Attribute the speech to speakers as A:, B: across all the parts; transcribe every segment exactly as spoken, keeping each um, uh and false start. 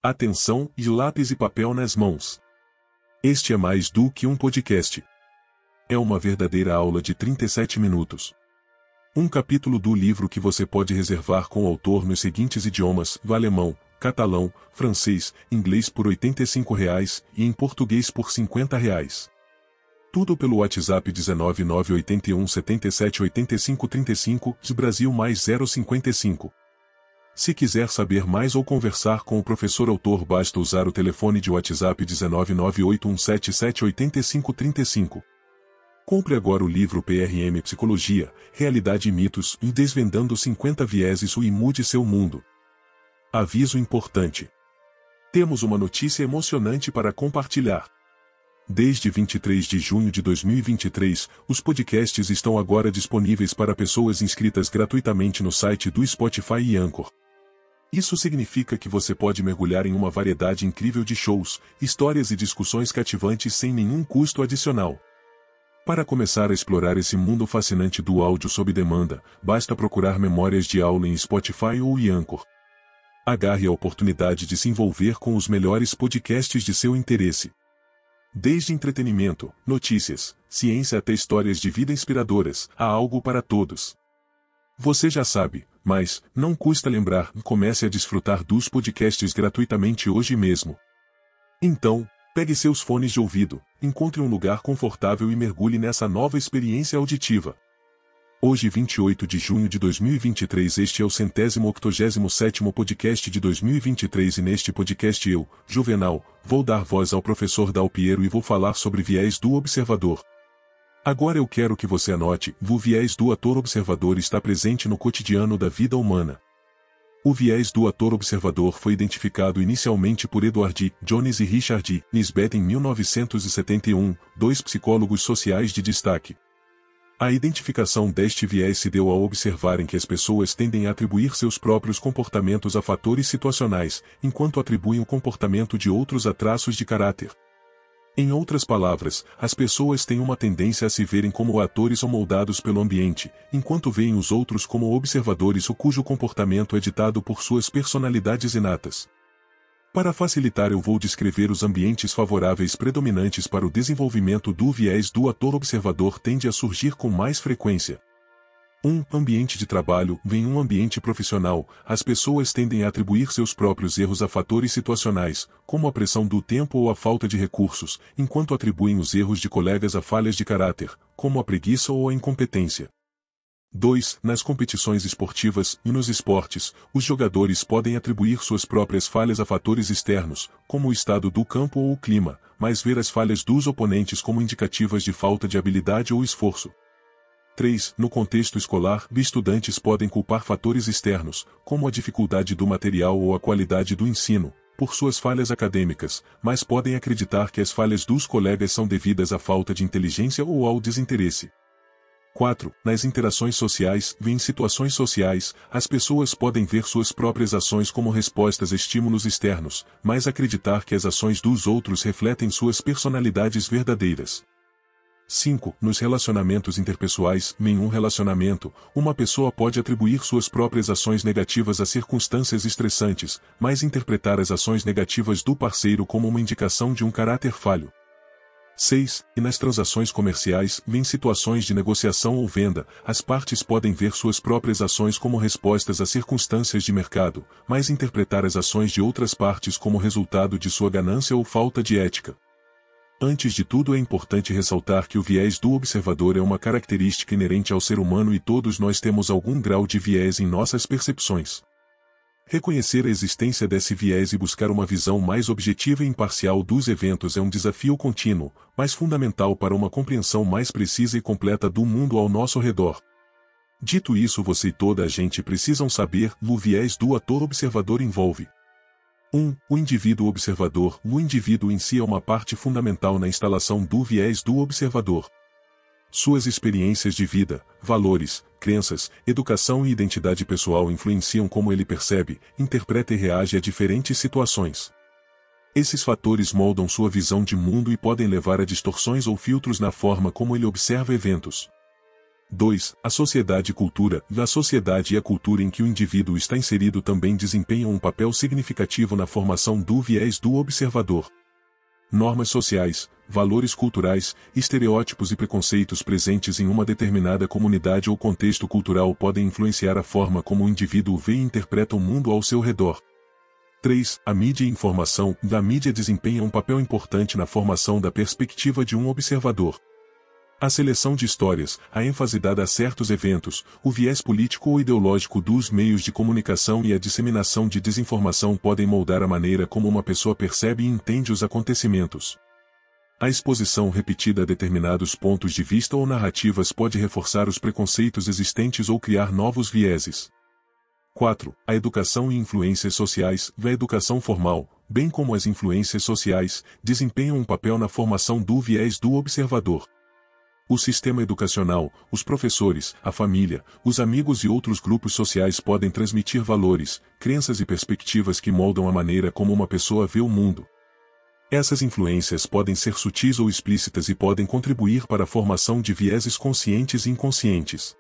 A: Atenção e lápis e papel nas mãos. Este é mais do que um podcast. É uma verdadeira aula de trinta e sete minutos. Um capítulo do livro que você pode reservar com o autor nos seguintes idiomas: alemão, catalão, francês, inglês por oitenta e cinco reais e em português por cinquenta reais. Tudo pelo WhatsApp dezenove nove oito um sete sete oito cinco três cinco, de Brasil mais zero cinquenta e cinco. Se quiser saber mais ou conversar com o professor autor, basta usar o telefone de WhatsApp dezenove nove oito um sete sete oito cinco três cinco. Compre agora o livro P R M Psicologia, Realidade e Mitos e Desvendando cinquenta Vieses e mude seu mundo. Aviso importante. Temos uma notícia emocionante para compartilhar. Desde vinte e três de junho de dois mil e vinte e três, os podcasts estão agora disponíveis para pessoas inscritas gratuitamente no site do Spotify e Anchor. Isso significa que você pode mergulhar em uma variedade incrível de shows, histórias e discussões cativantes sem nenhum custo adicional. Para começar a explorar esse mundo fascinante do áudio sob demanda, basta procurar memórias de aula em Spotify ou em Anchor. Agarre a oportunidade de se envolver com os melhores podcasts de seu interesse. Desde entretenimento, notícias, ciência até histórias de vida inspiradoras, há algo para todos. Você já sabe, mas não custa lembrar, comece a desfrutar dos podcasts gratuitamente hoje mesmo. Então, pegue seus fones de ouvido, encontre um lugar confortável e mergulhe nessa nova experiência auditiva. Hoje, vinte e oito de junho de dois mil e vinte e três, este é o centésimo octogésimo sétimo podcast de dois mil e vinte e três e neste podcast eu, Juvenal, vou dar voz ao professor Dal Piero e vou falar sobre viés do observador. Agora eu quero que você anote, o viés do ator-observador está presente no cotidiano da vida humana. O viés do ator-observador foi identificado inicialmente por Edward Jones e Richard Nisbett em mil novecentos e setenta e um, dois psicólogos sociais de destaque. A identificação deste viés se deu ao observarem que as pessoas tendem a atribuir seus próprios comportamentos a fatores situacionais, enquanto atribuem o comportamento de outros a traços de caráter. Em outras palavras, as pessoas têm uma tendência a se verem como atores ou moldados pelo ambiente, enquanto veem os outros como observadores ou cujo comportamento é ditado por suas personalidades inatas. Para facilitar, eu vou descrever os ambientes favoráveis predominantes para o desenvolvimento do viés do ator-observador tende a surgir com mais frequência. um Ambiente de trabalho. Em um ambiente profissional, as pessoas tendem a atribuir seus próprios erros a fatores situacionais, como a pressão do tempo ou a falta de recursos, enquanto atribuem os erros de colegas a falhas de caráter, como a preguiça ou a incompetência. dois Nas competições esportivas e nos esportes, os jogadores podem atribuir suas próprias falhas a fatores externos, como o estado do campo ou o clima, mas ver as falhas dos oponentes como indicativas de falta de habilidade ou esforço. três No contexto escolar, estudantes podem culpar fatores externos, como a dificuldade do material ou a qualidade do ensino, por suas falhas acadêmicas, mas podem acreditar que as falhas dos colegas são devidas à falta de inteligência ou ao desinteresse. quatro Nas interações sociais. Em situações sociais, as pessoas podem ver suas próprias ações como respostas a estímulos externos, mas acreditar que as ações dos outros refletem suas personalidades verdadeiras. cinco Nos relacionamentos interpessoais. Em um relacionamento, uma pessoa pode atribuir suas próprias ações negativas a circunstâncias estressantes, mas interpretar as ações negativas do parceiro como uma indicação de um caráter falho. seis E nas transações comerciais. Em situações de negociação ou venda, as partes podem ver suas próprias ações como respostas a circunstâncias de mercado, mas interpretar as ações de outras partes como resultado de sua ganância ou falta de ética. Antes de tudo, é importante ressaltar que o viés do observador é uma característica inerente ao ser humano e todos nós temos algum grau de viés em nossas percepções. Reconhecer a existência desse viés e buscar uma visão mais objetiva e imparcial dos eventos é um desafio contínuo, mas fundamental para uma compreensão mais precisa e completa do mundo ao nosso redor. Dito isso, você e toda a gente precisam saber, o viés do ator-observador envolve um O indivíduo observador. O indivíduo em si é uma parte fundamental na instalação do viés do observador. Suas experiências de vida, valores, crenças, educação e identidade pessoal influenciam como ele percebe, interpreta e reage a diferentes situações. Esses fatores moldam sua visão de mundo e podem levar a distorções ou filtros na forma como ele observa eventos. dois. A sociedade e cultura. A sociedade e a cultura em que o indivíduo está inserido também desempenham um papel significativo na formação do viés do observador. Normas sociais, valores culturais, estereótipos e preconceitos presentes em uma determinada comunidade ou contexto cultural podem influenciar a forma como o indivíduo vê e interpreta o mundo ao seu redor. três. A mídia e informação. A mídia desempenha um papel importante na formação da perspectiva de um observador. A seleção de histórias, a ênfase dada a certos eventos, o viés político ou ideológico dos meios de comunicação e a disseminação de desinformação podem moldar a maneira como uma pessoa percebe e entende os acontecimentos. A exposição repetida a determinados pontos de vista ou narrativas pode reforçar os preconceitos existentes ou criar novos vieses. quatro. A educação e influências sociais. A educação formal, bem como as influências sociais, desempenham um papel na formação do viés do observador. O sistema educacional, os professores, a família, os amigos e outros grupos sociais podem transmitir valores, crenças e perspectivas que moldam a maneira como uma pessoa vê o mundo. Essas influências podem ser sutis ou explícitas e podem contribuir para a formação de vieses conscientes e inconscientes.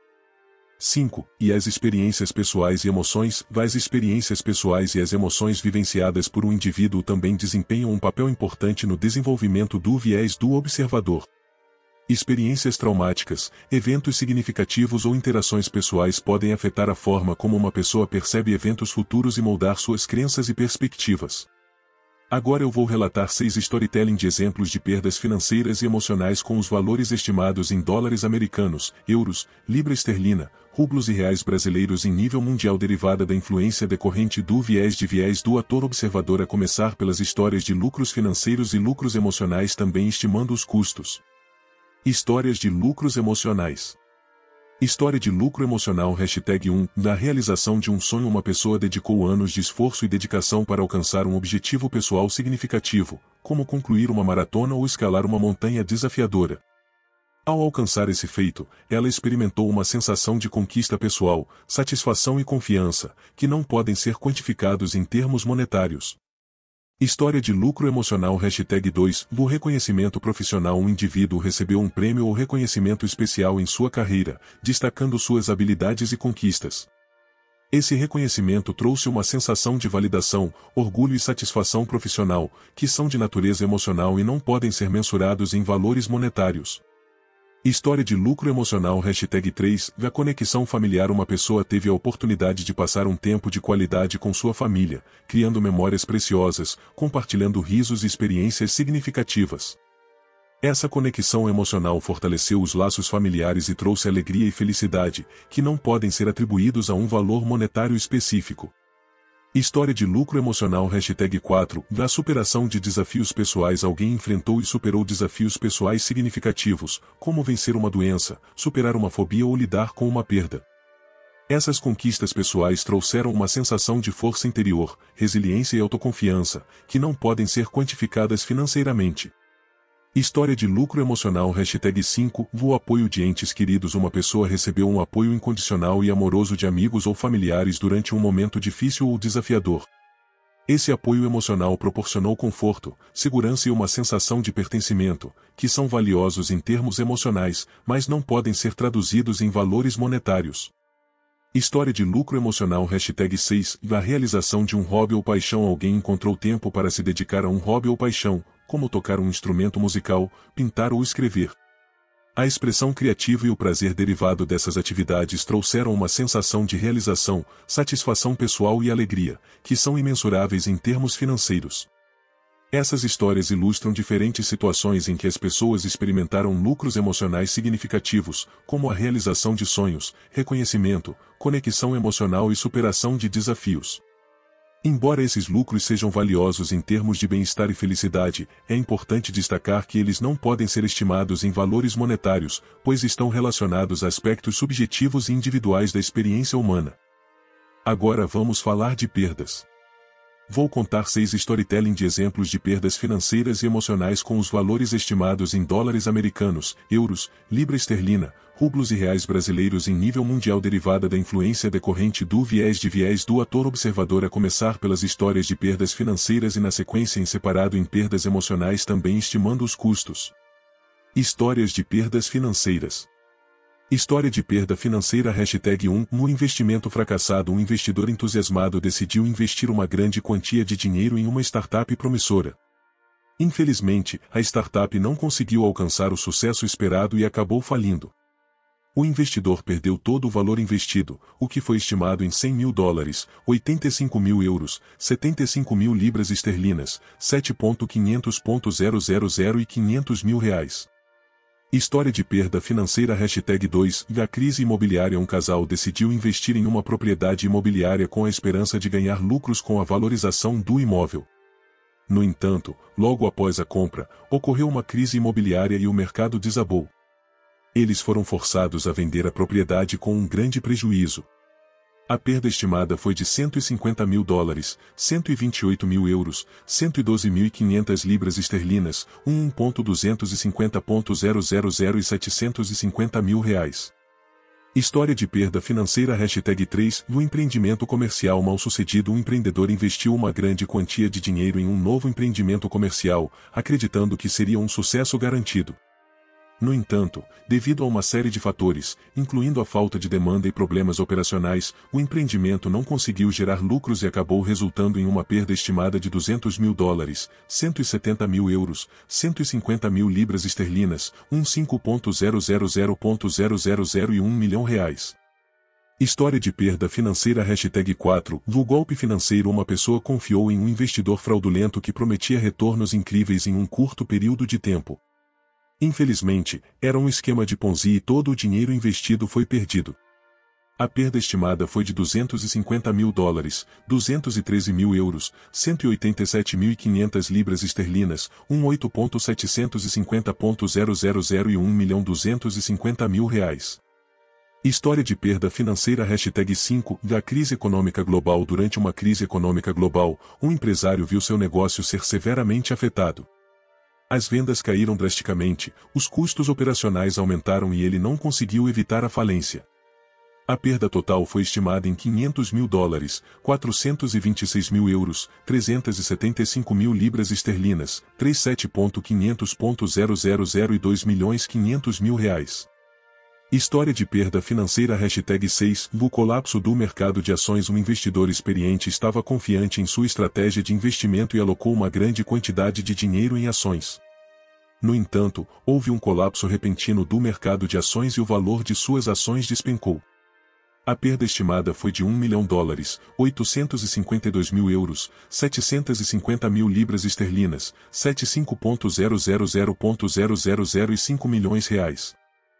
A: cinco. E as experiências pessoais e emoções. As experiências pessoais e as emoções vivenciadas por um indivíduo também desempenham um papel importante no desenvolvimento do viés do observador. Experiências traumáticas, eventos significativos ou interações pessoais podem afetar a forma como uma pessoa percebe eventos futuros e moldar suas crenças e perspectivas. Agora eu vou relatar seis storytelling de exemplos de perdas financeiras e emocionais com os valores estimados em dólares americanos, euros, libra esterlina, rublos e reais brasileiros em nível mundial derivada da influência decorrente do viés de viés do ator observador, a começar pelas histórias de lucros financeiros e lucros emocionais, também estimando os custos. Histórias de lucros emocionais. História de lucro emocional. Hashtag um. Na realização de um sonho, uma pessoa dedicou anos de esforço e dedicação para alcançar um objetivo pessoal significativo, como concluir uma maratona ou escalar uma montanha desafiadora. Ao alcançar esse feito, ela experimentou uma sensação de conquista pessoal, satisfação e confiança, que não podem ser quantificados em termos monetários. História de lucro emocional. Hashtag dois. No reconhecimento profissional, um indivíduo recebeu um prêmio ou reconhecimento especial em sua carreira, destacando suas habilidades e conquistas. Esse reconhecimento trouxe uma sensação de validação, orgulho e satisfação profissional, que são de natureza emocional e não podem ser mensurados em valores monetários. História de lucro emocional. Hashtag três. Na conexão familiar, uma pessoa teve a oportunidade de passar um tempo de qualidade com sua família, criando memórias preciosas, compartilhando risos e experiências significativas. Essa conexão emocional fortaleceu os laços familiares e trouxe alegria e felicidade, que não podem ser atribuídos a um valor monetário específico. História de lucro emocional. Hashtag quatro. Na superação de desafios pessoais, alguém enfrentou e superou desafios pessoais significativos, como vencer uma doença, superar uma fobia ou lidar com uma perda. Essas conquistas pessoais trouxeram uma sensação de força interior, resiliência e autoconfiança, que não podem ser quantificadas financeiramente. História de lucro emocional. Hashtag cinco. O apoio de entes queridos. Uma pessoa recebeu um apoio incondicional e amoroso de amigos ou familiares durante um momento difícil ou desafiador. Esse apoio emocional proporcionou conforto, segurança e uma sensação de pertencimento, que são valiosos em termos emocionais, mas não podem ser traduzidos em valores monetários. História de lucro emocional. Hashtag seis. Na realização de um hobby ou paixão, alguém encontrou tempo para se dedicar a um hobby ou paixão, como tocar um instrumento musical, pintar ou escrever. A expressão criativa e o prazer derivado dessas atividades trouxeram uma sensação de realização, satisfação pessoal e alegria, que são imensuráveis em termos financeiros. Essas histórias ilustram diferentes situações em que as pessoas experimentaram lucros emocionais significativos, como a realização de sonhos, reconhecimento, conexão emocional e superação de desafios. Embora esses lucros sejam valiosos em termos de bem-estar e felicidade, é importante destacar que eles não podem ser estimados em valores monetários, pois estão relacionados a aspectos subjetivos e individuais da experiência humana. Agora vamos falar de perdas. Vou contar seis storytelling de exemplos de perdas financeiras e emocionais com os valores estimados em dólares americanos, euros, libra esterlina, rublos e reais brasileiros em nível mundial, derivada da influência decorrente do viés de viés do ator observador, a começar pelas histórias de perdas financeiras e na sequência em separado em perdas emocionais, também estimando os custos. Histórias de perdas financeiras. História de perda financeira hashtag um No investimento fracassado, um investidor entusiasmado decidiu investir uma grande quantia de dinheiro em uma startup promissora. Infelizmente, a startup não conseguiu alcançar o sucesso esperado e acabou falindo. O investidor perdeu todo o valor investido, o que foi estimado em cem mil dólares, oitenta e cinco mil euros, setenta e cinco mil libras esterlinas, sete milhões quinhentos mil e quinhentos mil reais. História de perda financeira hashtag dois Da crise imobiliária, um casal decidiu investir em uma propriedade imobiliária com a esperança de ganhar lucros com a valorização do imóvel. No entanto, logo após a compra, ocorreu uma crise imobiliária e o mercado desabou. Eles foram forçados a vender a propriedade com um grande prejuízo. A perda estimada foi de cento e cinquenta mil dólares, cento e vinte e oito mil euros, cento e doze mil e quinhentas libras esterlinas, um milhão duzentos e cinquenta mil e setecentos e cinquenta mil reais. História de perda financeira hashtag três No empreendimento comercial mal sucedido, um empreendedor investiu uma grande quantia de dinheiro em um novo empreendimento comercial, acreditando que seria um sucesso garantido. No entanto, devido a uma série de fatores, incluindo a falta de demanda e problemas operacionais, o empreendimento não conseguiu gerar lucros e acabou resultando em uma perda estimada de duzentos mil dólares, cento e setenta mil euros, cento e cinquenta mil libras esterlinas, quinze milhões e um milhão reais. História de perda financeira hashtag quatro No golpe financeiro, uma pessoa confiou em um investidor fraudulento que prometia retornos incríveis em um curto período de tempo. Infelizmente, era um esquema de Ponzi e todo o dinheiro investido foi perdido. A perda estimada foi de duzentos e cinquenta mil dólares, duzentos e treze mil euros, cento e oitenta e sete mil e quinhentas libras esterlinas, dezoito milhões setecentos e cinquenta mil e um milhão duzentos e cinquenta mil reais. História de perda financeira hashtag cinco Da crise econômica global. Durante uma crise econômica global, um empresário viu seu negócio ser severamente afetado. As vendas caíram drasticamente, os custos operacionais aumentaram e ele não conseguiu evitar a falência. A perda total foi estimada em quinhentos mil dólares, quatrocentos e vinte e seis mil euros, trezentos e setenta e cinco mil libras esterlinas, trinta e sete milhões quinhentos mil e dois milhões e quinhentos mil reais. História de perda financeira hashtag seis No colapso do mercado de ações, um investidor experiente estava confiante em sua estratégia de investimento e alocou uma grande quantidade de dinheiro em ações. No entanto, houve um colapso repentino do mercado de ações e o valor de suas ações despencou. A perda estimada foi de um milhão de dólares, oitocentos e cinquenta e dois mil euros, setecentos e cinquenta mil libras esterlinas, setenta e cinco mil e cinco milhões reais.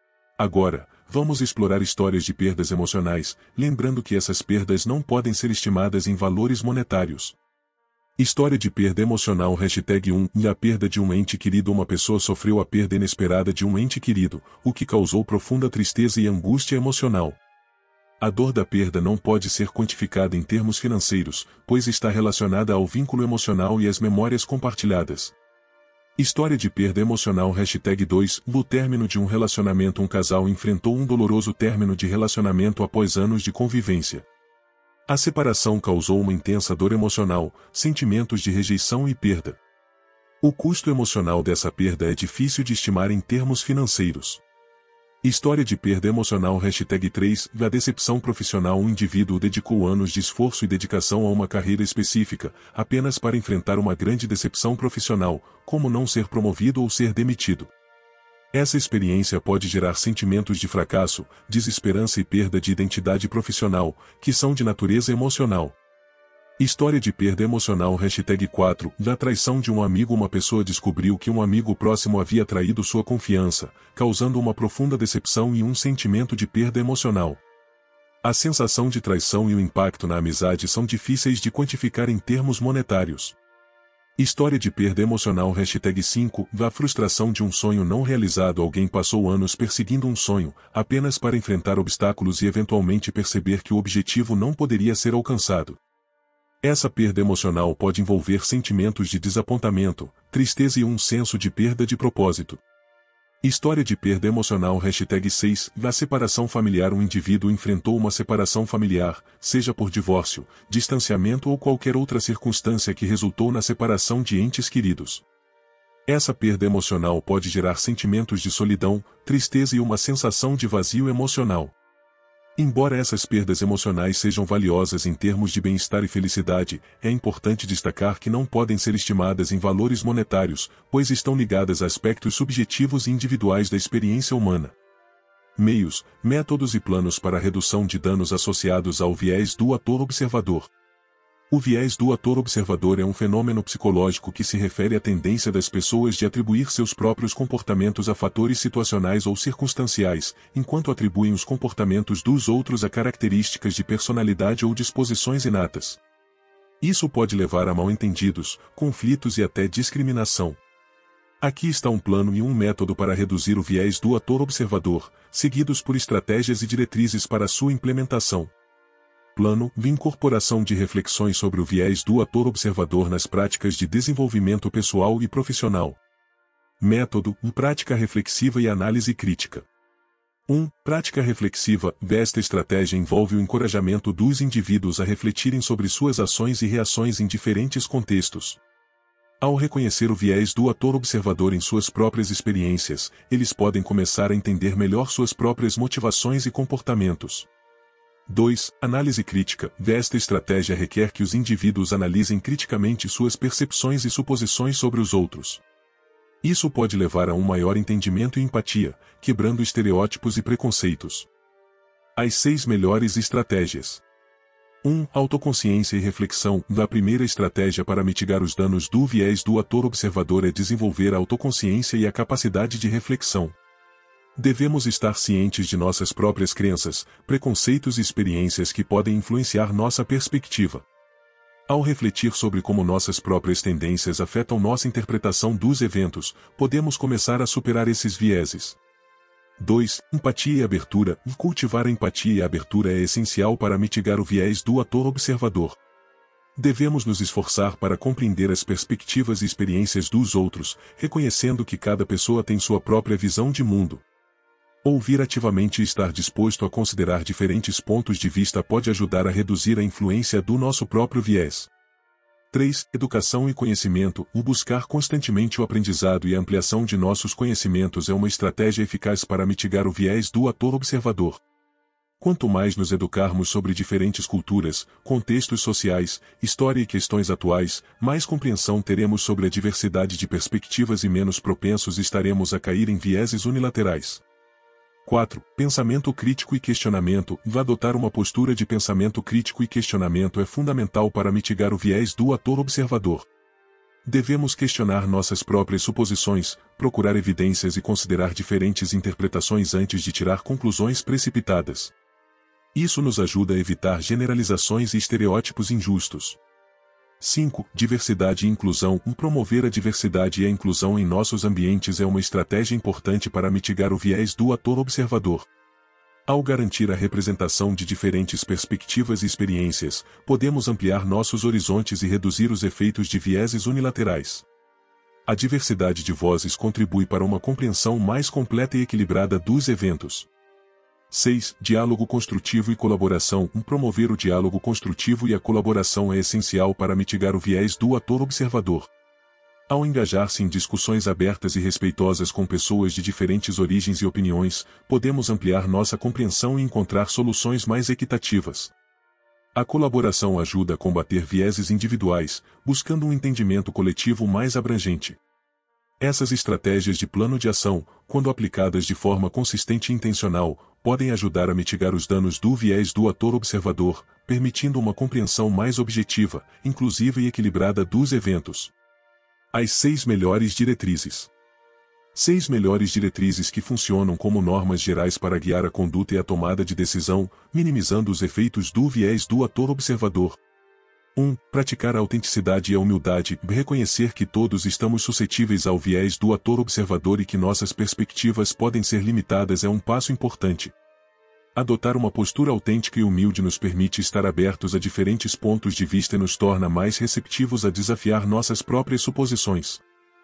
A: Agora, vamos explorar histórias de perdas emocionais, lembrando que essas perdas não podem ser estimadas em valores monetários. História de perda emocional hashtag um E a perda de um ente querido. Uma pessoa sofreu a perda inesperada de um ente querido, o que causou profunda tristeza e angústia emocional. A dor da perda não pode ser quantificada em termos financeiros, pois está relacionada ao vínculo emocional e às memórias compartilhadas. História de perda emocional hashtag dois No término de um relacionamento, um casal enfrentou um doloroso término de relacionamento após anos de convivência. A separação causou uma intensa dor emocional, sentimentos de rejeição e perda. O custo emocional dessa perda é difícil de estimar em termos financeiros. História de perda emocional hashtag três Da decepção profissional, um indivíduo dedicou anos de esforço e dedicação a uma carreira específica, apenas para enfrentar uma grande decepção profissional, como não ser promovido ou ser demitido. Essa experiência pode gerar sentimentos de fracasso, desesperança e perda de identidade profissional, que são de natureza emocional. História de perda emocional hashtag quatro Da traição de um amigo. Uma pessoa descobriu que um amigo próximo havia traído sua confiança, causando uma profunda decepção e um sentimento de perda emocional. A sensação de traição e o impacto na amizade são difíceis de quantificar em termos monetários. História de perda emocional hashtag cinco Da frustração de um sonho não realizado. Alguém passou anos perseguindo um sonho, apenas para enfrentar obstáculos e eventualmente perceber que o objetivo não poderia ser alcançado. Essa perda emocional pode envolver sentimentos de desapontamento, tristeza e um senso de perda de propósito. História de perda emocional hashtag seis Da separação familiar. Um indivíduo enfrentou uma separação familiar, seja por divórcio, distanciamento ou qualquer outra circunstância que resultou na separação de entes queridos. Essa perda emocional pode gerar sentimentos de solidão, tristeza e uma sensação de vazio emocional. Embora essas perdas emocionais sejam valiosas em termos de bem-estar e felicidade, é importante destacar que não podem ser estimadas em valores monetários, pois estão ligadas a aspectos subjetivos e individuais da experiência humana. Meios, métodos e planos para a redução de danos associados ao viés do ator-observador. O viés do ator-observador é um fenômeno psicológico que se refere à tendência das pessoas de atribuir seus próprios comportamentos a fatores situacionais ou circunstanciais, enquanto atribuem os comportamentos dos outros a características de personalidade ou disposições inatas. Isso pode levar a mal-entendidos, conflitos e até discriminação. Aqui está um plano e um método para reduzir o viés do ator-observador, seguidos por estratégias e diretrizes para sua implementação. Plano de incorporação de reflexões sobre o viés do ator-observador nas práticas de desenvolvimento pessoal e profissional. Método um prática reflexiva e análise crítica. um. Prática reflexiva. Esta estratégia envolve o encorajamento dos indivíduos a refletirem sobre suas ações e reações em diferentes contextos. Ao reconhecer o viés do ator-observador em suas próprias experiências, eles podem começar a entender melhor suas próprias motivações e comportamentos. dois. Análise crítica. Esta estratégia requer que os indivíduos analisem criticamente suas percepções e suposições sobre os outros. Isso pode levar a um maior entendimento e empatia, quebrando estereótipos e preconceitos. As seis melhores estratégias. um. Autoconsciência e reflexão. A primeira estratégia para mitigar os danos do viés do ator-observador é desenvolver a autoconsciência e a capacidade de reflexão. Devemos estar cientes de nossas próprias crenças, preconceitos e experiências que podem influenciar nossa perspectiva. Ao refletir sobre como nossas próprias tendências afetam nossa interpretação dos eventos, podemos começar a superar esses vieses. dois. Empatia e abertura. Cultivar a empatia e a abertura é essencial para mitigar o viés do ator-observador. Devemos nos esforçar para compreender as perspectivas e experiências dos outros, reconhecendo que cada pessoa tem sua própria visão de mundo. Ouvir ativamente e estar disposto a considerar diferentes pontos de vista pode ajudar a reduzir a influência do nosso próprio viés. três. Educação e conhecimento. O buscar constantemente o aprendizado e a ampliação de nossos conhecimentos é uma estratégia eficaz para mitigar o viés do ator-observador. Quanto mais nos educarmos sobre diferentes culturas, contextos sociais, história e questões atuais, mais compreensão teremos sobre a diversidade de perspectivas e menos propensos estaremos a cair em vieses unilaterais. quatro. Pensamento crítico e questionamento. Adotar uma postura de pensamento crítico e questionamento é fundamental para mitigar o viés do ator-observador. Devemos questionar nossas próprias suposições, procurar evidências e considerar diferentes interpretações antes de tirar conclusões precipitadas. Isso nos ajuda a evitar generalizações e estereótipos injustos. cinco. Diversidade e inclusão. Promover a diversidade e a inclusão em nossos ambientes é uma estratégia importante para mitigar o viés do ator-observador. Ao garantir a representação de diferentes perspectivas e experiências, podemos ampliar nossos horizontes e reduzir os efeitos de vieses unilaterais. A diversidade de vozes contribui para uma compreensão mais completa e equilibrada dos eventos. seis. Diálogo construtivo e colaboração. Promover o diálogo construtivo e a colaboração é essencial para mitigar o viés do ator-observador. Ao engajar-se em discussões abertas e respeitosas com pessoas de diferentes origens e opiniões, podemos ampliar nossa compreensão e encontrar soluções mais equitativas. A colaboração ajuda a combater vieses individuais, buscando um entendimento coletivo mais abrangente. Essas estratégias de plano de ação, quando aplicadas de forma consistente e intencional, podem ajudar a mitigar os danos do viés do ator-observador, permitindo uma compreensão mais objetiva, inclusiva e equilibrada dos eventos. As seis melhores diretrizes. Seis melhores diretrizes que funcionam como normas gerais para guiar a conduta e a tomada de decisão, minimizando os efeitos do viés do ator-observador. um. Praticar a autenticidade e a humildade. Reconhecer que todos estamos suscetíveis ao viés do ator-observador e que nossas perspectivas podem ser limitadas é um passo importante. Adotar uma postura autêntica e humilde nos permite estar abertos a diferentes pontos de vista e nos torna mais receptivos a desafiar nossas próprias suposições.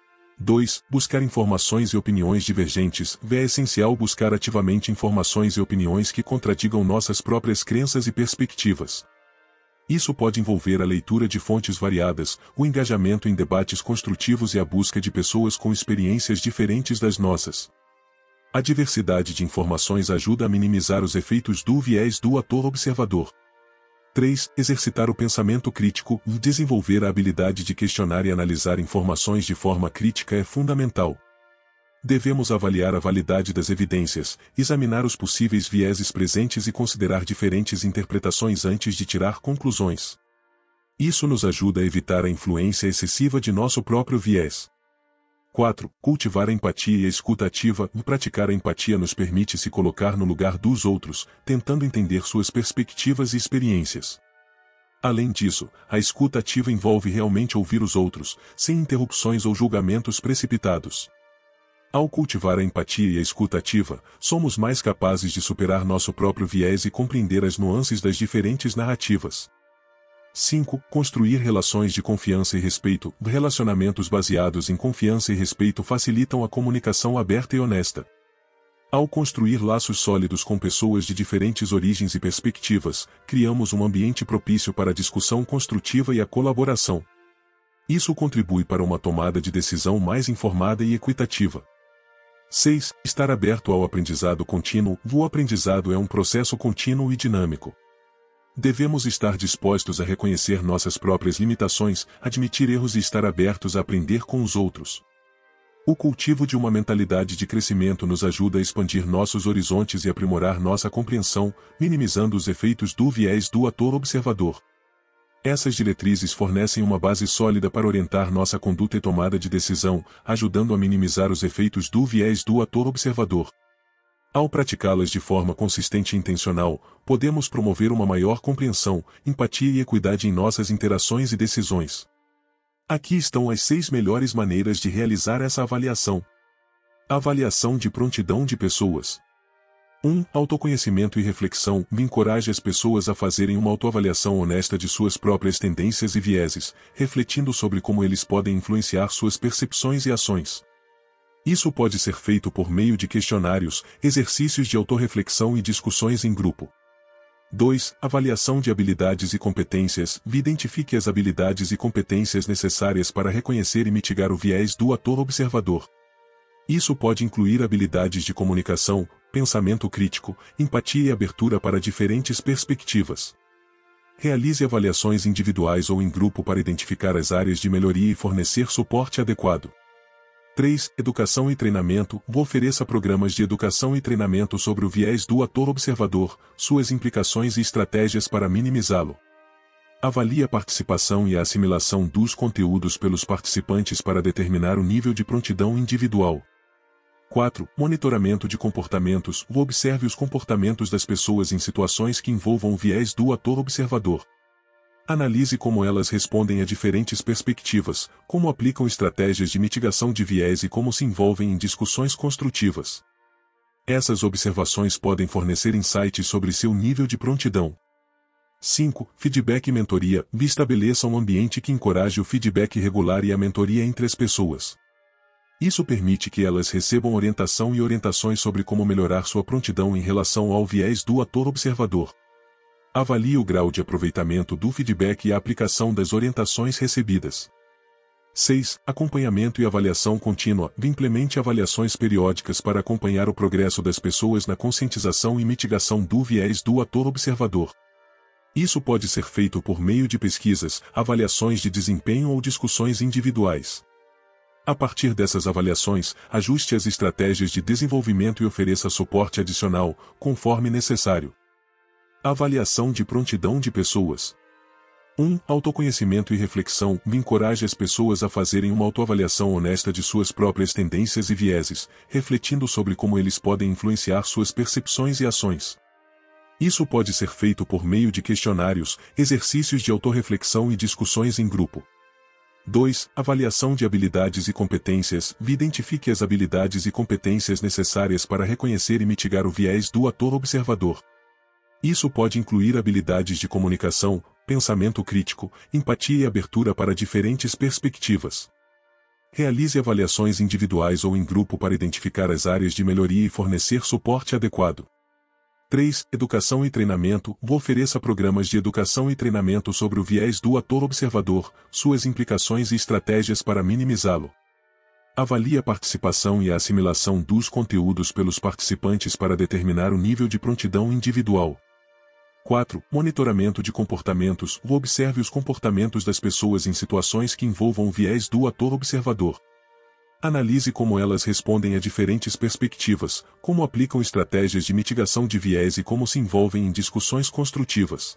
A: dois. Buscar informações e opiniões divergentes. É essencial buscar ativamente informações e opiniões que contradigam nossas próprias crenças e perspectivas. Isso pode envolver a leitura de fontes variadas, o engajamento em debates construtivos e a busca de pessoas com experiências diferentes das nossas. A diversidade de informações ajuda a minimizar os efeitos do viés do ator-observador. três. Exercitar o pensamento crítico e desenvolver a habilidade de questionar e analisar informações de forma crítica é fundamental. Devemos avaliar a validade das evidências, examinar os possíveis vieses presentes e considerar diferentes interpretações antes de tirar conclusões. Isso nos ajuda a evitar a influência excessiva de nosso próprio viés. quatro. Cultivar a empatia e a escuta ativa. Praticar a empatia nos permite se colocar no lugar dos outros, tentando entender suas perspectivas e experiências. Além disso, a escuta ativa envolve realmente ouvir os outros, sem interrupções ou julgamentos precipitados. Ao cultivar a empatia e a escuta ativa, somos mais capazes de superar nosso próprio viés e compreender as nuances das diferentes narrativas. cinco. Construir relações de confiança e respeito. Relacionamentos baseados em confiança e respeito facilitam a comunicação aberta e honesta. Ao construir laços sólidos com pessoas de diferentes origens e perspectivas, criamos um ambiente propício para a discussão construtiva e a colaboração. Isso contribui para uma tomada de decisão mais informada e equitativa. seis. Estar aberto ao aprendizado contínuo. O aprendizado é um processo contínuo e dinâmico. Devemos estar dispostos a reconhecer nossas próprias limitações, admitir erros e estar abertos a aprender com os outros. O cultivo de uma mentalidade de crescimento nos ajuda a expandir nossos horizontes e aprimorar nossa compreensão, minimizando os efeitos do viés do ator-observador. Essas diretrizes fornecem uma base sólida para orientar nossa conduta e tomada de decisão, ajudando a minimizar os efeitos do viés do ator-observador. Ao praticá-las de forma consistente e intencional, podemos promover uma maior compreensão, empatia e equidade em nossas interações e decisões. Aqui estão as seis melhores maneiras de realizar essa avaliação. Avaliação de prontidão de pessoas. um. Autoconhecimento e reflexão. Encoraje as pessoas a fazerem uma autoavaliação honesta de suas próprias tendências e vieses, refletindo sobre como eles podem influenciar suas percepções e ações. Isso pode ser feito por meio de questionários, exercícios de autorreflexão e discussões em grupo. dois. Avaliação de habilidades e competências. Identifique as habilidades e competências necessárias para reconhecer e mitigar o viés do ator-observador. Isso pode incluir habilidades de comunicação, pensamento crítico, empatia e abertura para diferentes perspectivas. Realize avaliações individuais ou em grupo para identificar as áreas de melhoria e fornecer suporte adequado. três. Educação e treinamento. Ofereça programas de educação e treinamento sobre o viés do ator-observador, suas implicações e estratégias para minimizá-lo. Avalie a participação e a assimilação dos conteúdos pelos participantes para determinar o nível de prontidão individual. quatro. Monitoramento de comportamentos. Observe os comportamentos das pessoas em situações que envolvam o viés do ator-observador. Analise como elas respondem a diferentes perspectivas, como aplicam estratégias de mitigação de viés e como se envolvem em discussões construtivas. Essas observações podem fornecer insights sobre seu nível de prontidão. cinco. Feedback e mentoria. Estabeleça um ambiente que encoraje o feedback regular e a mentoria entre as pessoas. Isso permite que elas recebam orientação e orientações sobre como melhorar sua prontidão em relação ao viés do ator-observador. Avalie o grau de aproveitamento do feedback e a aplicação das orientações recebidas. seis. Acompanhamento e avaliação contínua. Implemente avaliações periódicas para acompanhar o progresso das pessoas na conscientização e mitigação do viés do ator-observador. Isso pode ser feito por meio de pesquisas, avaliações de desempenho ou discussões individuais. A partir dessas avaliações, ajuste as estratégias de desenvolvimento e ofereça suporte adicional, conforme necessário. Avaliação de prontidão de pessoas. um. Autoconhecimento e reflexão. Encoraje as pessoas a fazerem uma autoavaliação honesta de suas próprias tendências e vieses, refletindo sobre como eles podem influenciar suas percepções e ações. Isso pode ser feito por meio de questionários, exercícios de autorreflexão e discussões em grupo. dois. Avaliação de habilidades e competências. Identifique as habilidades e competências necessárias para reconhecer e mitigar o viés do ator-observador. Isso pode incluir habilidades de comunicação, pensamento crítico, empatia e abertura para diferentes perspectivas. Realize avaliações individuais ou em grupo para identificar as áreas de melhoria e fornecer suporte adequado. três. Educação e treinamento. Ofereça programas de educação e treinamento sobre o viés do ator-observador, suas implicações e estratégias para minimizá-lo. Avalie a participação e a assimilação dos conteúdos pelos participantes para determinar o nível de prontidão individual. quatro. Monitoramento de comportamentos. Observe os comportamentos das pessoas em situações que envolvam o viés do ator-observador. Analise como elas respondem a diferentes perspectivas, como aplicam estratégias de mitigação de viés e como se envolvem em discussões construtivas.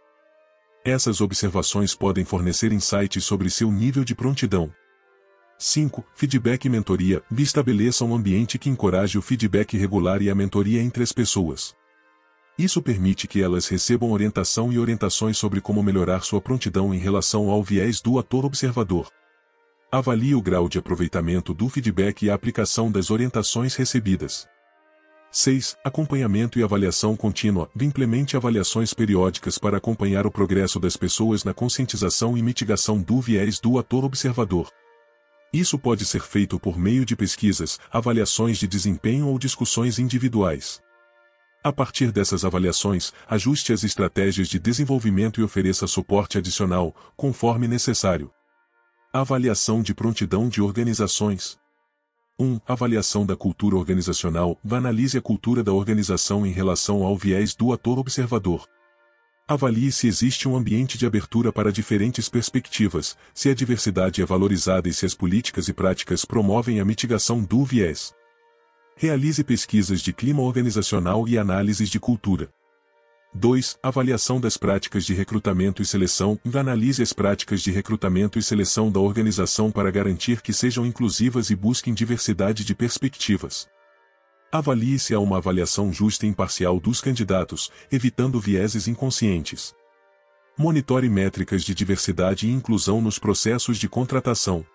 A: Essas observações podem fornecer insights sobre seu nível de prontidão. cinco. Feedback e mentoria. Estabeleça um ambiente que encoraje o feedback regular e a mentoria entre as pessoas. Isso permite que elas recebam orientação e orientações sobre como melhorar sua prontidão em relação ao viés do ator-observador. Avalie o grau de aproveitamento do feedback e a aplicação das orientações recebidas. seis. Acompanhamento e avaliação contínua. Implemente avaliações periódicas para acompanhar o progresso das pessoas na conscientização e mitigação do viés do ator-observador. Isso pode ser feito por meio de pesquisas, avaliações de desempenho ou discussões individuais. A partir dessas avaliações, ajuste as estratégias de desenvolvimento e ofereça suporte adicional, conforme necessário. Avaliação de prontidão de organizações. um. Avaliação da cultura organizacional. Analise a cultura da organização em relação ao viés do ator-observador. Avalie se existe um ambiente de abertura para diferentes perspectivas, se a diversidade é valorizada e se as políticas e práticas promovem a mitigação do viés. Realize pesquisas de clima organizacional e análises de cultura. dois. Avaliação das práticas de recrutamento e seleção. Analise as práticas de recrutamento e seleção da organização para garantir que sejam inclusivas e busquem diversidade de perspectivas. Avalie se há uma avaliação justa e imparcial dos candidatos, evitando vieses inconscientes. Monitore métricas de diversidade e inclusão nos processos de contratação.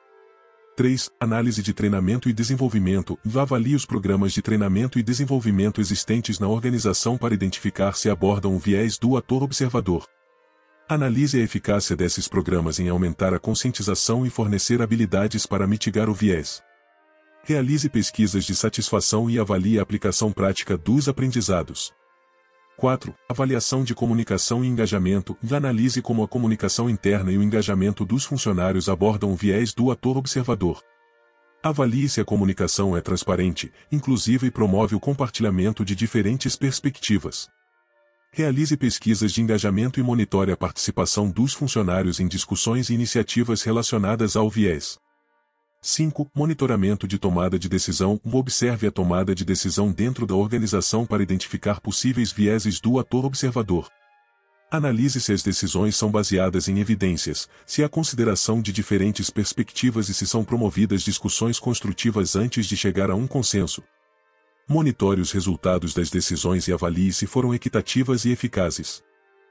A: três. Análise de treinamento e desenvolvimento. Avalie os programas de treinamento e desenvolvimento existentes na organização para identificar se abordam o viés do ator-observador. Analise a eficácia desses programas em aumentar a conscientização e fornecer habilidades para mitigar o viés. Realize pesquisas de satisfação e avalie a aplicação prática dos aprendizados. quatro. Avaliação de comunicação e engajamento. Analise como a comunicação interna e o engajamento dos funcionários abordam o viés do ator-observador. Avalie se a comunicação é transparente, inclusiva e promove o compartilhamento de diferentes perspectivas. Realize pesquisas de engajamento e monitore a participação dos funcionários em discussões e iniciativas relacionadas ao viés. cinco. Monitoramento de tomada de decisão. Observe a tomada de decisão dentro da organização para identificar possíveis vieses do ator-observador. Analise se as decisões são baseadas em evidências, se há consideração de diferentes perspectivas e se são promovidas discussões construtivas antes de chegar a um consenso. Monitore os resultados das decisões e avalie se foram equitativas e eficazes.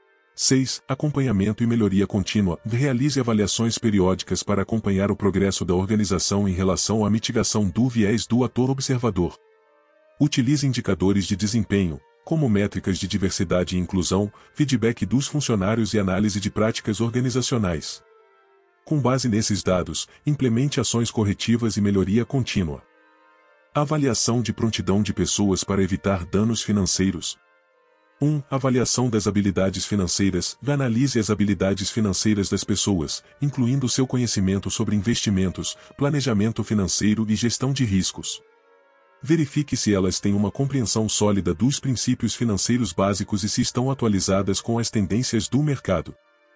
A: seis. Acompanhamento e melhoria contínua. Realize avaliações periódicas para acompanhar o progresso da organização em relação à mitigação do viés do ator-observador. Utilize indicadores de desempenho, como métricas de diversidade e inclusão, feedback dos funcionários e análise de práticas organizacionais. Com base nesses dados, implemente ações corretivas e melhoria contínua. Avaliação de prontidão de pessoas para evitar danos financeiros. um. Avaliação das habilidades financeiras. Analise as habilidades financeiras das pessoas, incluindo seu conhecimento sobre investimentos, planejamento financeiro e gestão de riscos. Verifique se elas têm uma compreensão sólida dos princípios financeiros básicos e se estão atualizadas com as tendências do mercado.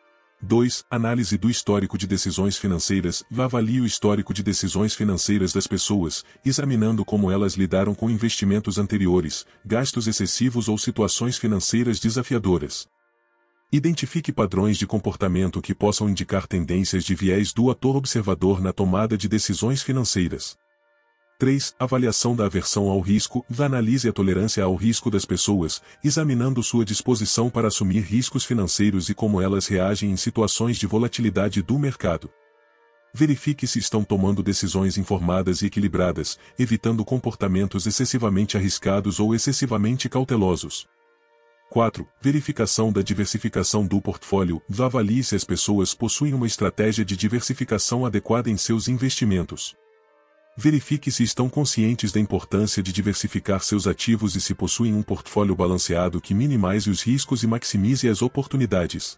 A: dois. Análise do histórico de decisões financeiras. Avalie o histórico de decisões financeiras das pessoas, examinando como elas lidaram com investimentos anteriores, gastos excessivos ou situações financeiras desafiadoras. Identifique padrões de comportamento que possam indicar tendências de viés do ator-observador na tomada de decisões financeiras. três. Avaliação da aversão ao risco. Analise a tolerância ao risco das pessoas, examinando sua disposição para assumir riscos financeiros e como elas reagem em situações de volatilidade do mercado. Verifique se estão tomando decisões informadas e equilibradas, evitando comportamentos excessivamente arriscados ou excessivamente cautelosos. quatro. Verificação da diversificação do portfólio. Avalie se as pessoas possuem uma estratégia de diversificação adequada em seus investimentos. Verifique se estão conscientes da importância de diversificar seus ativos e se possuem um portfólio balanceado que minimize os riscos e maximize as oportunidades.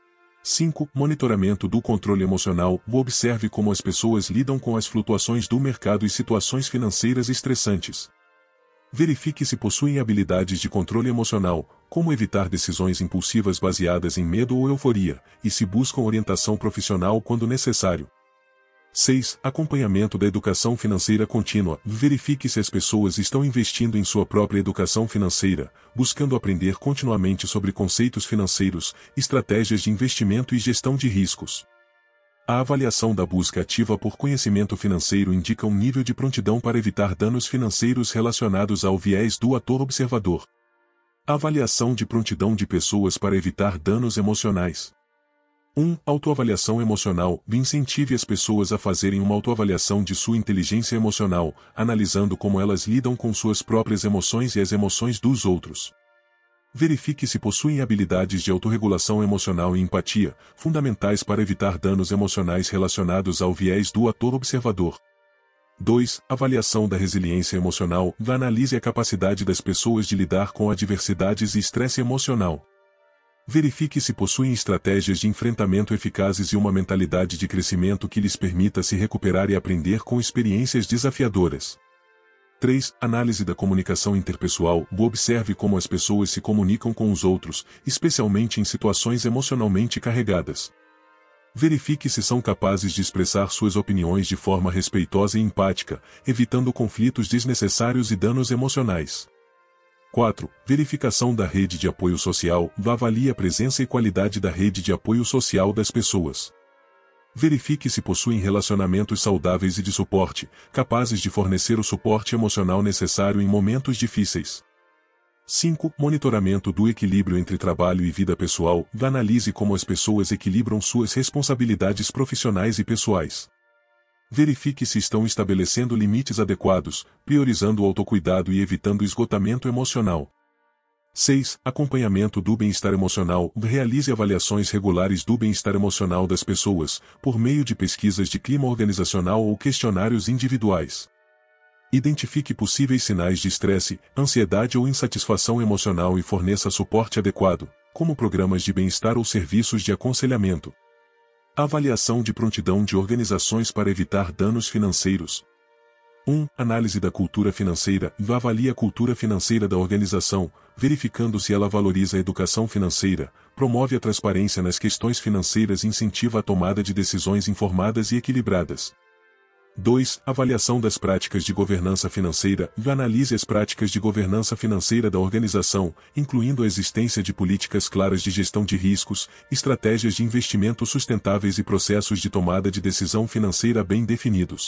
A: cinco. Monitoramento do controle emocional. Observe como as pessoas lidam com as flutuações do mercado e situações financeiras estressantes. Verifique se possuem habilidades de controle emocional, como evitar decisões impulsivas baseadas em medo ou euforia, e se buscam orientação profissional quando necessário. seis. Acompanhamento da educação financeira contínua. Verifique se as pessoas estão investindo em sua própria educação financeira, buscando aprender continuamente sobre conceitos financeiros, estratégias de investimento e gestão de riscos. A avaliação da busca ativa por conhecimento financeiro indica um nível de prontidão para evitar danos financeiros relacionados ao viés do ator-observador. Avaliação de prontidão de pessoas para evitar danos emocionais. um. Autoavaliação emocional. Incentive as pessoas a fazerem uma autoavaliação de sua inteligência emocional, analisando como elas lidam com suas próprias emoções e as emoções dos outros. Verifique se possuem habilidades de autorregulação emocional e empatia, fundamentais para evitar danos emocionais relacionados ao viés do ator-observador. dois. Avaliação da resiliência emocional. Analise a capacidade das pessoas de lidar com adversidades e estresse emocional. Verifique se possuem estratégias de enfrentamento eficazes e uma mentalidade de crescimento que lhes permita se recuperar e aprender com experiências desafiadoras. três. Análise da comunicação interpessoal. Observe como as pessoas se comunicam com os outros, especialmente em situações emocionalmente carregadas. Verifique se são capazes de expressar suas opiniões de forma respeitosa e empática, evitando conflitos desnecessários e danos emocionais. quatro. Verificação da rede de apoio social. Avalie a presença e qualidade da rede de apoio social das pessoas. Verifique se possuem relacionamentos saudáveis e de suporte, capazes de fornecer o suporte emocional necessário em momentos difíceis. cinco. Monitoramento do equilíbrio entre trabalho e vida pessoal. Analise como as pessoas equilibram suas responsabilidades profissionais e pessoais. Verifique se estão estabelecendo limites adequados, priorizando o autocuidado e evitando esgotamento emocional. seis. Acompanhamento do bem-estar emocional. Realize avaliações regulares do bem-estar emocional das pessoas, por meio de pesquisas de clima organizacional ou questionários individuais. Identifique possíveis sinais de estresse, ansiedade ou insatisfação emocional e forneça suporte adequado, como programas de bem-estar ou serviços de aconselhamento. Avaliação de prontidão de organizações para evitar danos financeiros. um. Análise da cultura financeira. Avalie a cultura financeira da organização, verificando se ela valoriza a educação financeira, promove a transparência nas questões financeiras e incentiva a tomada de decisões informadas e equilibradas. dois. Avaliação das práticas de governança financeira. Analise as práticas de governança financeira da organização, incluindo a existência de políticas claras de gestão de riscos, estratégias de investimento sustentáveis e processos de tomada de decisão financeira bem definidos.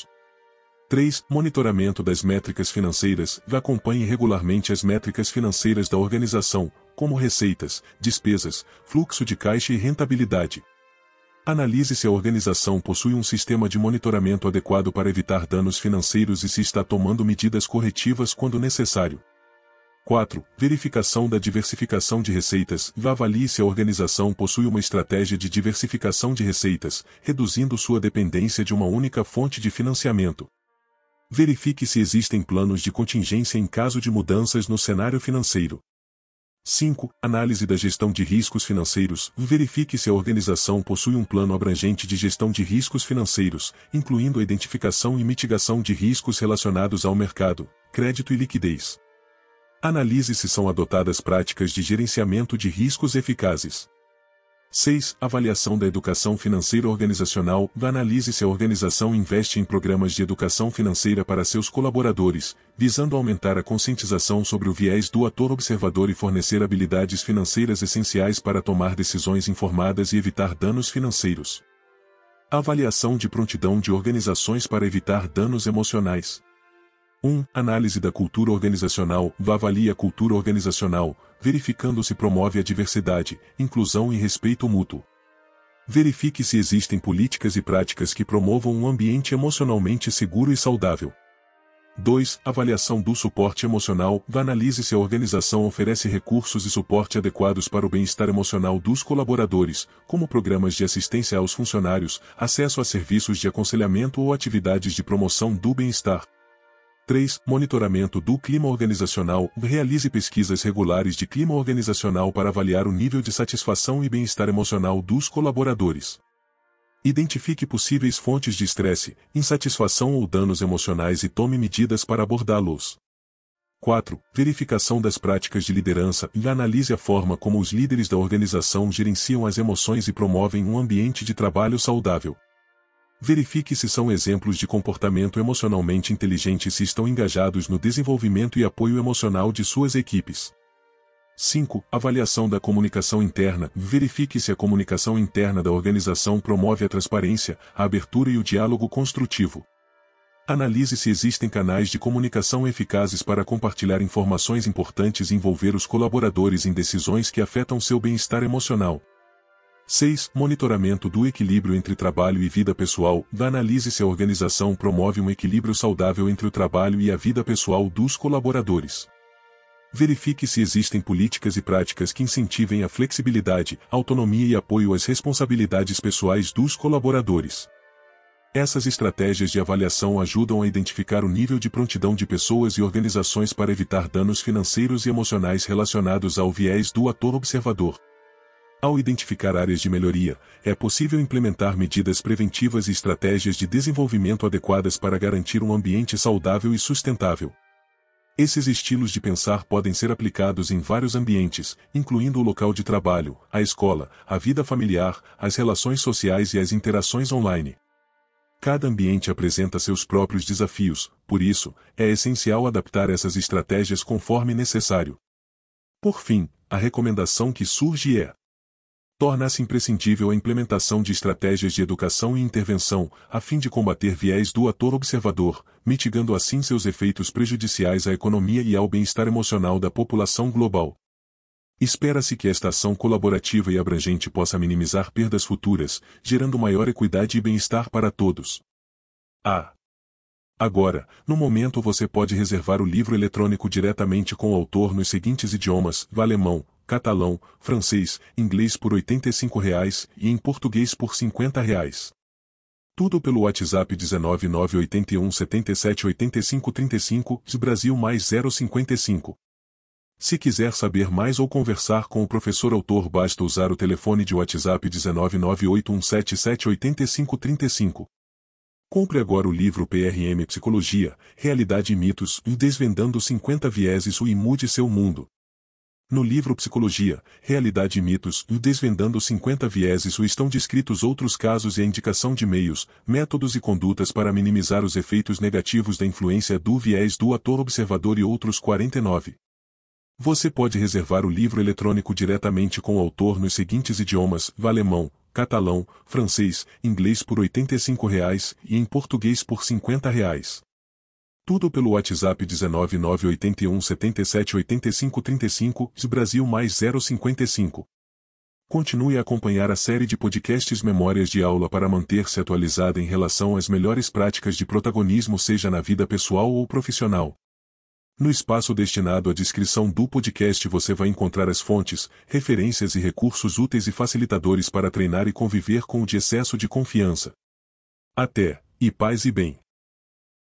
A: três. Monitoramento das métricas financeiras. Acompanhe regularmente as métricas financeiras da organização, como receitas, despesas, fluxo de caixa e rentabilidade. Analise se a organização possui um sistema de monitoramento adequado para evitar danos financeiros e se está tomando medidas corretivas quando necessário. quatro. Verificação da diversificação de receitas. Avalie se a organização possui uma estratégia de diversificação de receitas, reduzindo sua dependência de uma única fonte de financiamento. Verifique se existem planos de contingência em caso de mudanças no cenário financeiro. cinco. Análise da gestão de riscos financeiros. Verifique se a organização possui um plano abrangente de gestão de riscos financeiros, incluindo a identificação e mitigação de riscos relacionados ao mercado, crédito e liquidez. Analise se são adotadas práticas de gerenciamento de riscos eficazes. seis. Avaliação da educação financeira organizacional. Analise se a organização investe em programas de educação financeira para seus colaboradores, visando aumentar a conscientização sobre o viés do ator-observador e fornecer habilidades financeiras essenciais para tomar decisões informadas e evitar danos financeiros. Avaliação de prontidão de organizações para evitar danos emocionais. um. Análise da cultura organizacional. Avalie a cultura organizacional, verificando se promove a diversidade, inclusão e respeito mútuo. Verifique se existem políticas e práticas que promovam um ambiente emocionalmente seguro e saudável. dois. Avaliação do suporte emocional. Analise se a organização oferece recursos e suporte adequados para o bem-estar emocional dos colaboradores, como programas de assistência aos funcionários, acesso a serviços de aconselhamento ou atividades de promoção do bem-estar. três. Monitoramento do clima organizacional. Realize pesquisas regulares de clima organizacional para avaliar o nível de satisfação e bem-estar emocional dos colaboradores. Identifique possíveis fontes de estresse, insatisfação ou danos emocionais e tome medidas para abordá-los. quatro. Verificação das práticas de liderança e analise a forma como os líderes da organização gerenciam as emoções e promovem um ambiente de trabalho saudável. Verifique se são exemplos de comportamento emocionalmente inteligente e se estão engajados no desenvolvimento e apoio emocional de suas equipes. cinco. Avaliação da comunicação interna. Verifique se a comunicação interna da organização promove a transparência, a abertura e o diálogo construtivo. Analise se existem canais de comunicação eficazes para compartilhar informações importantes e envolver os colaboradores em decisões que afetam seu bem-estar emocional. seis. Monitoramento do equilíbrio entre trabalho e vida pessoal. Analise se a organização promove um equilíbrio saudável entre o trabalho e a vida pessoal dos colaboradores. Verifique se existem políticas e práticas que incentivem a flexibilidade, autonomia e apoio às responsabilidades pessoais dos colaboradores. Essas estratégias de avaliação ajudam a identificar o nível de prontidão de pessoas e organizações para evitar danos financeiros e emocionais relacionados ao viés do ator-observador. Ao identificar áreas de melhoria, é possível implementar medidas preventivas e estratégias de desenvolvimento adequadas para garantir um ambiente saudável e sustentável. Esses estilos de pensar podem ser aplicados em vários ambientes, incluindo o local de trabalho, a escola, a vida familiar, as relações sociais e as interações online. Cada ambiente apresenta seus próprios desafios, por isso, é essencial adaptar essas estratégias conforme necessário. Por fim, a recomendação que surge é: torna-se imprescindível a implementação de estratégias de educação e intervenção, a fim de combater viés do ator-observador, mitigando assim seus efeitos prejudiciais à economia e ao bem-estar emocional da população global. Espera-se que esta ação colaborativa e abrangente possa minimizar perdas futuras, gerando maior equidade e bem-estar para todos. Ah! Agora, no momento você pode reservar o livro eletrônico diretamente com o autor nos seguintes idiomas: alemão, catalão, francês, inglês por oitenta e cinco reais e em português por cinquenta reais. Tudo pelo WhatsApp dezenove nove oito um sete sete oito cinco três cinco, Brasil mais zero cinquenta e cinco. Se quiser saber mais ou conversar com o professor autor, basta usar o telefone de WhatsApp dezenove nove oito um sete sete oito cinco três cinco. Compre agora o livro P R M Psicologia, Realidade e Mitos, e Desvendando cinquenta Vieses e mude seu mundo. No livro Psicologia, Realidade e Mitos, e Desvendando cinquenta Vieses estão descritos outros casos e a indicação de meios, métodos e condutas para minimizar os efeitos negativos da influência do viés do ator-observador e outros quarenta e nove. Você pode reservar o livro eletrônico diretamente com o autor nos seguintes idiomas: alemão, catalão, francês, inglês por oitenta e cinco reais e em português por cinquenta reais. Tudo pelo WhatsApp dezenove nove oito um sete sete oito cinco três cinco, Brasil mais zero cinquenta e cinco. Continue a acompanhar a série de podcasts Memórias de Aula para manter-se atualizada em relação às melhores práticas de protagonismo, seja na vida pessoal ou profissional. No espaço destinado à descrição do podcast você vai encontrar as fontes, referências e recursos úteis e facilitadores para treinar e conviver com o de excesso de confiança. Até, e paz e bem.